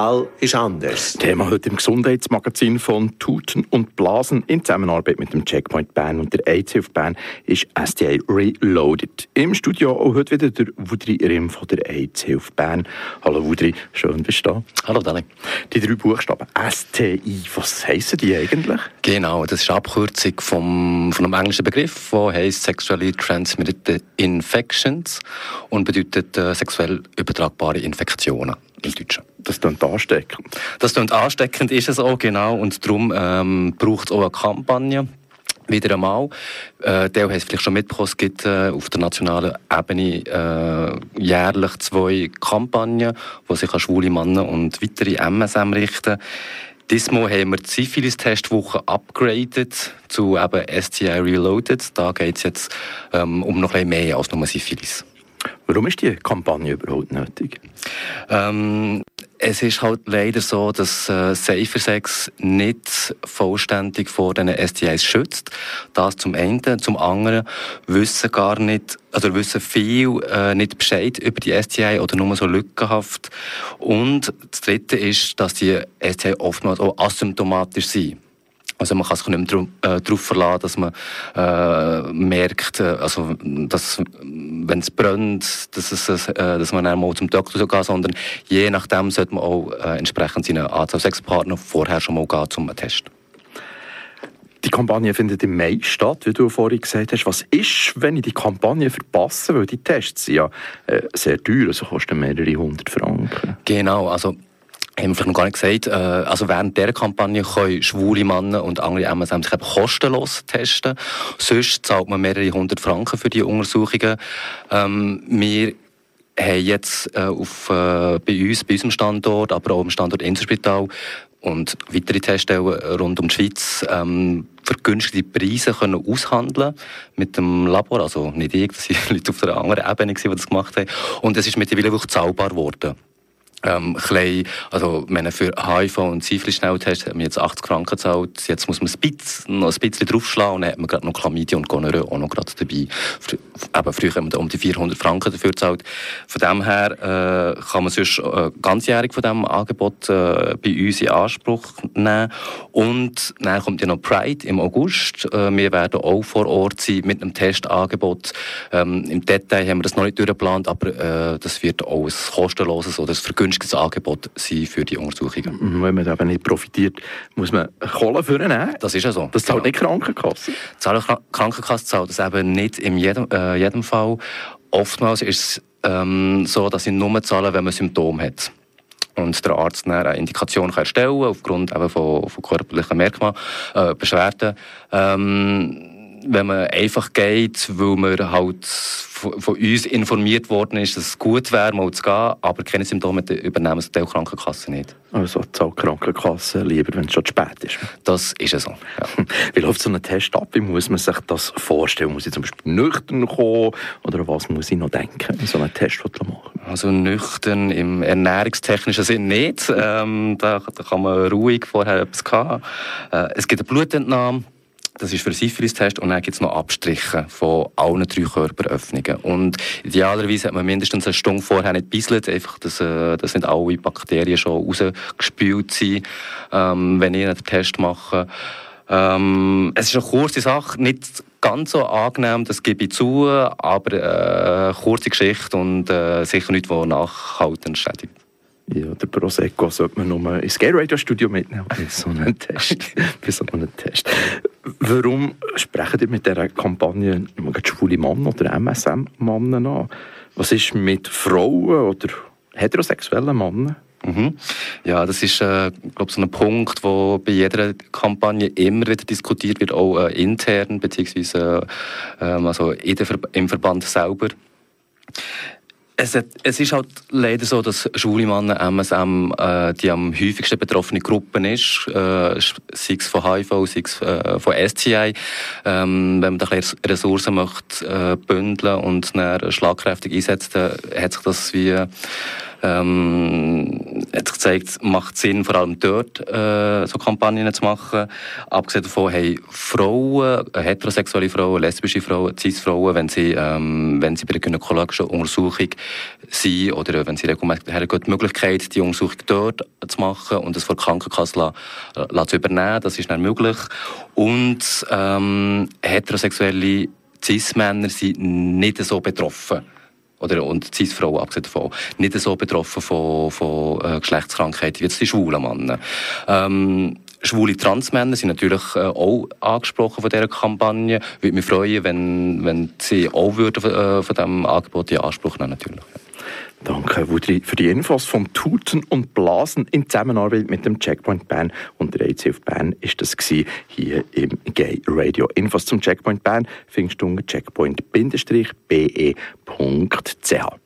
Tal ist anders. Thema heute im Gesundheitsmagazin von Tuten und Blasen in Zusammenarbeit mit dem Checkpoint Bern und der AIDS-Hilfe Bern ist STI Reloaded. Im Studio auch heute wieder der Wudri Rimm von der AIDS-Hilfe Bern. Hallo Wudri, schön bist du da. Hallo Dani. Die 3 Buchstaben STI, was heissen die eigentlich? Genau, das ist eine Abkürzung von einem englischen Begriff, der heisst Sexually Transmitted Infections und bedeutet sexuell übertragbare Infektionen im Deutschen. Das klingt ansteckend. Das klingt ansteckend, ist es auch, genau. Und darum braucht es auch eine Kampagne. Wieder einmal. Der hat es vielleicht schon mitbekommen, es gibt auf der nationalen Ebene jährlich 2 Kampagnen, die sich an schwule Männer und weitere MSM richten. Diesmal haben wir die Syphilis-Testwoche upgraded zu eben STI Reloaded. Da geht es jetzt um noch ein bisschen mehr als nur Syphilis. Warum ist die Kampagne überhaupt nötig? Es ist halt leider so, dass Safer Sex nicht vollständig vor diesen STIs schützt. Das zum einen. Zum anderen wissen gar nicht, oder wissen viele nicht Bescheid über die STI oder nur so lückenhaft. Und das Dritte ist, dass die STI oftmals auch asymptomatisch sind. Also man kann sich nicht mehr darauf verlassen, dass man merkt, also dass, wenn es brennt, dass man dann mal zum Doktor geht, sondern je nachdem sollte man auch entsprechend seinen Anzahl-Sexpartner vorher schon mal gehen zum Test. Die Kampagne findet im Mai statt, wie du vorhin gesagt hast. Was ist, wenn ich die Kampagne verpasse? Weil die Tests sind ja sehr teuer, also kosten mehrere 100 Franken. Genau, also haben wir vielleicht noch gar nicht gesagt, also während dieser Kampagne können schwule Männer und andere MSM sich eben kostenlos testen. Sonst zahlt man mehrere 100 Franken für die Untersuchungen. Wir haben jetzt bei unserem Standort, aber auch im Standort Inselspital und weitere Teststellen rund um die Schweiz vergünstigte Preise können aushandeln mit dem Labor. Also nicht ich, das sind Leute auf einer anderen Ebene, die das gemacht haben. Und es ist mittlerweile wirklich zahlbar geworden. Also für HIV und Syphilis-Schnelltest hat man jetzt 80 Franken gezahlt. Jetzt muss man noch ein bisschen draufschlagen und dann hat man gerade noch Chlamydia und Gonorrhoe auch noch gerade dabei. Früher haben wir um die 400 Franken dafür gezahlt. Von dem her kann man sonst ganzjährig von diesem Angebot bei uns in Anspruch nehmen. Und dann kommt ja noch Pride im August. Wir werden auch vor Ort sein mit einem Testangebot. Im Detail haben wir das noch nicht durchgeplant, aber das wird auch ein kostenloses oder ein vergünstiges Angebot sein für die Untersuchungen. Wenn man eben nicht profitiert, muss man Kohle für ihn nehmen. Das ist ja so. Das zahlt nicht die Krankenkasse. Die Krankenkasse zahlt das eben nicht in jedem Fall. Oftmals ist es so, dass sie nur zahlen, wenn man Symptome hat. Und der Arzt eine Indikation kann erstellen aufgrund eben von körperlichen Merkmalen, Beschwerden. Wenn man einfach geht, weil man halt von uns informiert worden ist, dass es gut wäre, mal zu gehen, aber keine Symptome übernehmen es die Krankenkasse nicht. Also zahlt die Krankenkasse lieber, wenn es schon zu spät ist. Das ist es so, ja. Wie läuft so ein Test ab? Wie muss man sich das vorstellen? Muss ich zum Beispiel nüchtern kommen? Oder an was muss ich noch denken, wenn so einen Test machen? Also nüchtern im ernährungstechnischen Sinn nicht. Da kann man ruhig vorher etwas haben. Es gibt eine Blutentnahme. Das ist für den Syphilis-Test und dann gibt es noch Abstriche von allen 3 Körperöffnungen. Und idealerweise hat man mindestens eine Stunde vorher nicht gebisselt, einfach, dass nicht alle Bakterien schon rausgespült sind, wenn ich einen Test mache. Es ist eine kurze Sache, nicht ganz so angenehm, das gebe ich zu, aber eine kurze Geschichte und sicher nichts, das nachhaltend schädigt. Ja, der Prosecco sollte man nur ins Gay-Radio-Studio mitnehmen. Bei so einem Test. Warum sprechen ihr mit dieser Kampagne schwule Männer oder MSM-Männer an? Was ist mit Frauen oder heterosexuellen Männern? Ja, das ist glaube so ein Punkt, der bei jeder Kampagne immer wieder diskutiert wird, auch intern, beziehungsweise also im Verband selber. Es ist halt leider so, dass schwule Männer MSM die am häufigsten betroffene Gruppe ist, sei es von HIV, sei es von STI. Wenn man da Ressourcen möchte bündeln und dann schlagkräftig einsetzen, hat sich das wie hat sich gezeigt, macht Sinn, vor allem dort so Kampagnen zu machen. Abgesehen davon haben Frauen, heterosexuelle Frauen, lesbische Frauen, cis-Frauen, wenn sie bei der gynäkologischen Untersuchung sind oder wenn sie regelmäßig hergehen, die Möglichkeit, die Untersuchung dort zu machen und es von der Krankenkasse zu übernehmen. Das ist nicht möglich. Und heterosexuelle Cis-Männer sind nicht so betroffen. Und Cis-Frauen, abgesehen davon, nicht so betroffen von Geschlechtskrankheiten wie jetzt die schwulen Männer. Schwule Transmänner sind natürlich auch angesprochen von dieser Kampagne. Ich würde mich freuen, wenn sie auch von diesem Angebot in Anspruch nehmen, natürlich. Danke, Wudri, für die Infos vom Tuten und Blasen in Zusammenarbeit mit dem Checkpoint Bern und der ICF Bern ist das hier im Gay Radio. Infos zum Checkpoint Bern findest du unter checkpoint-be.ch.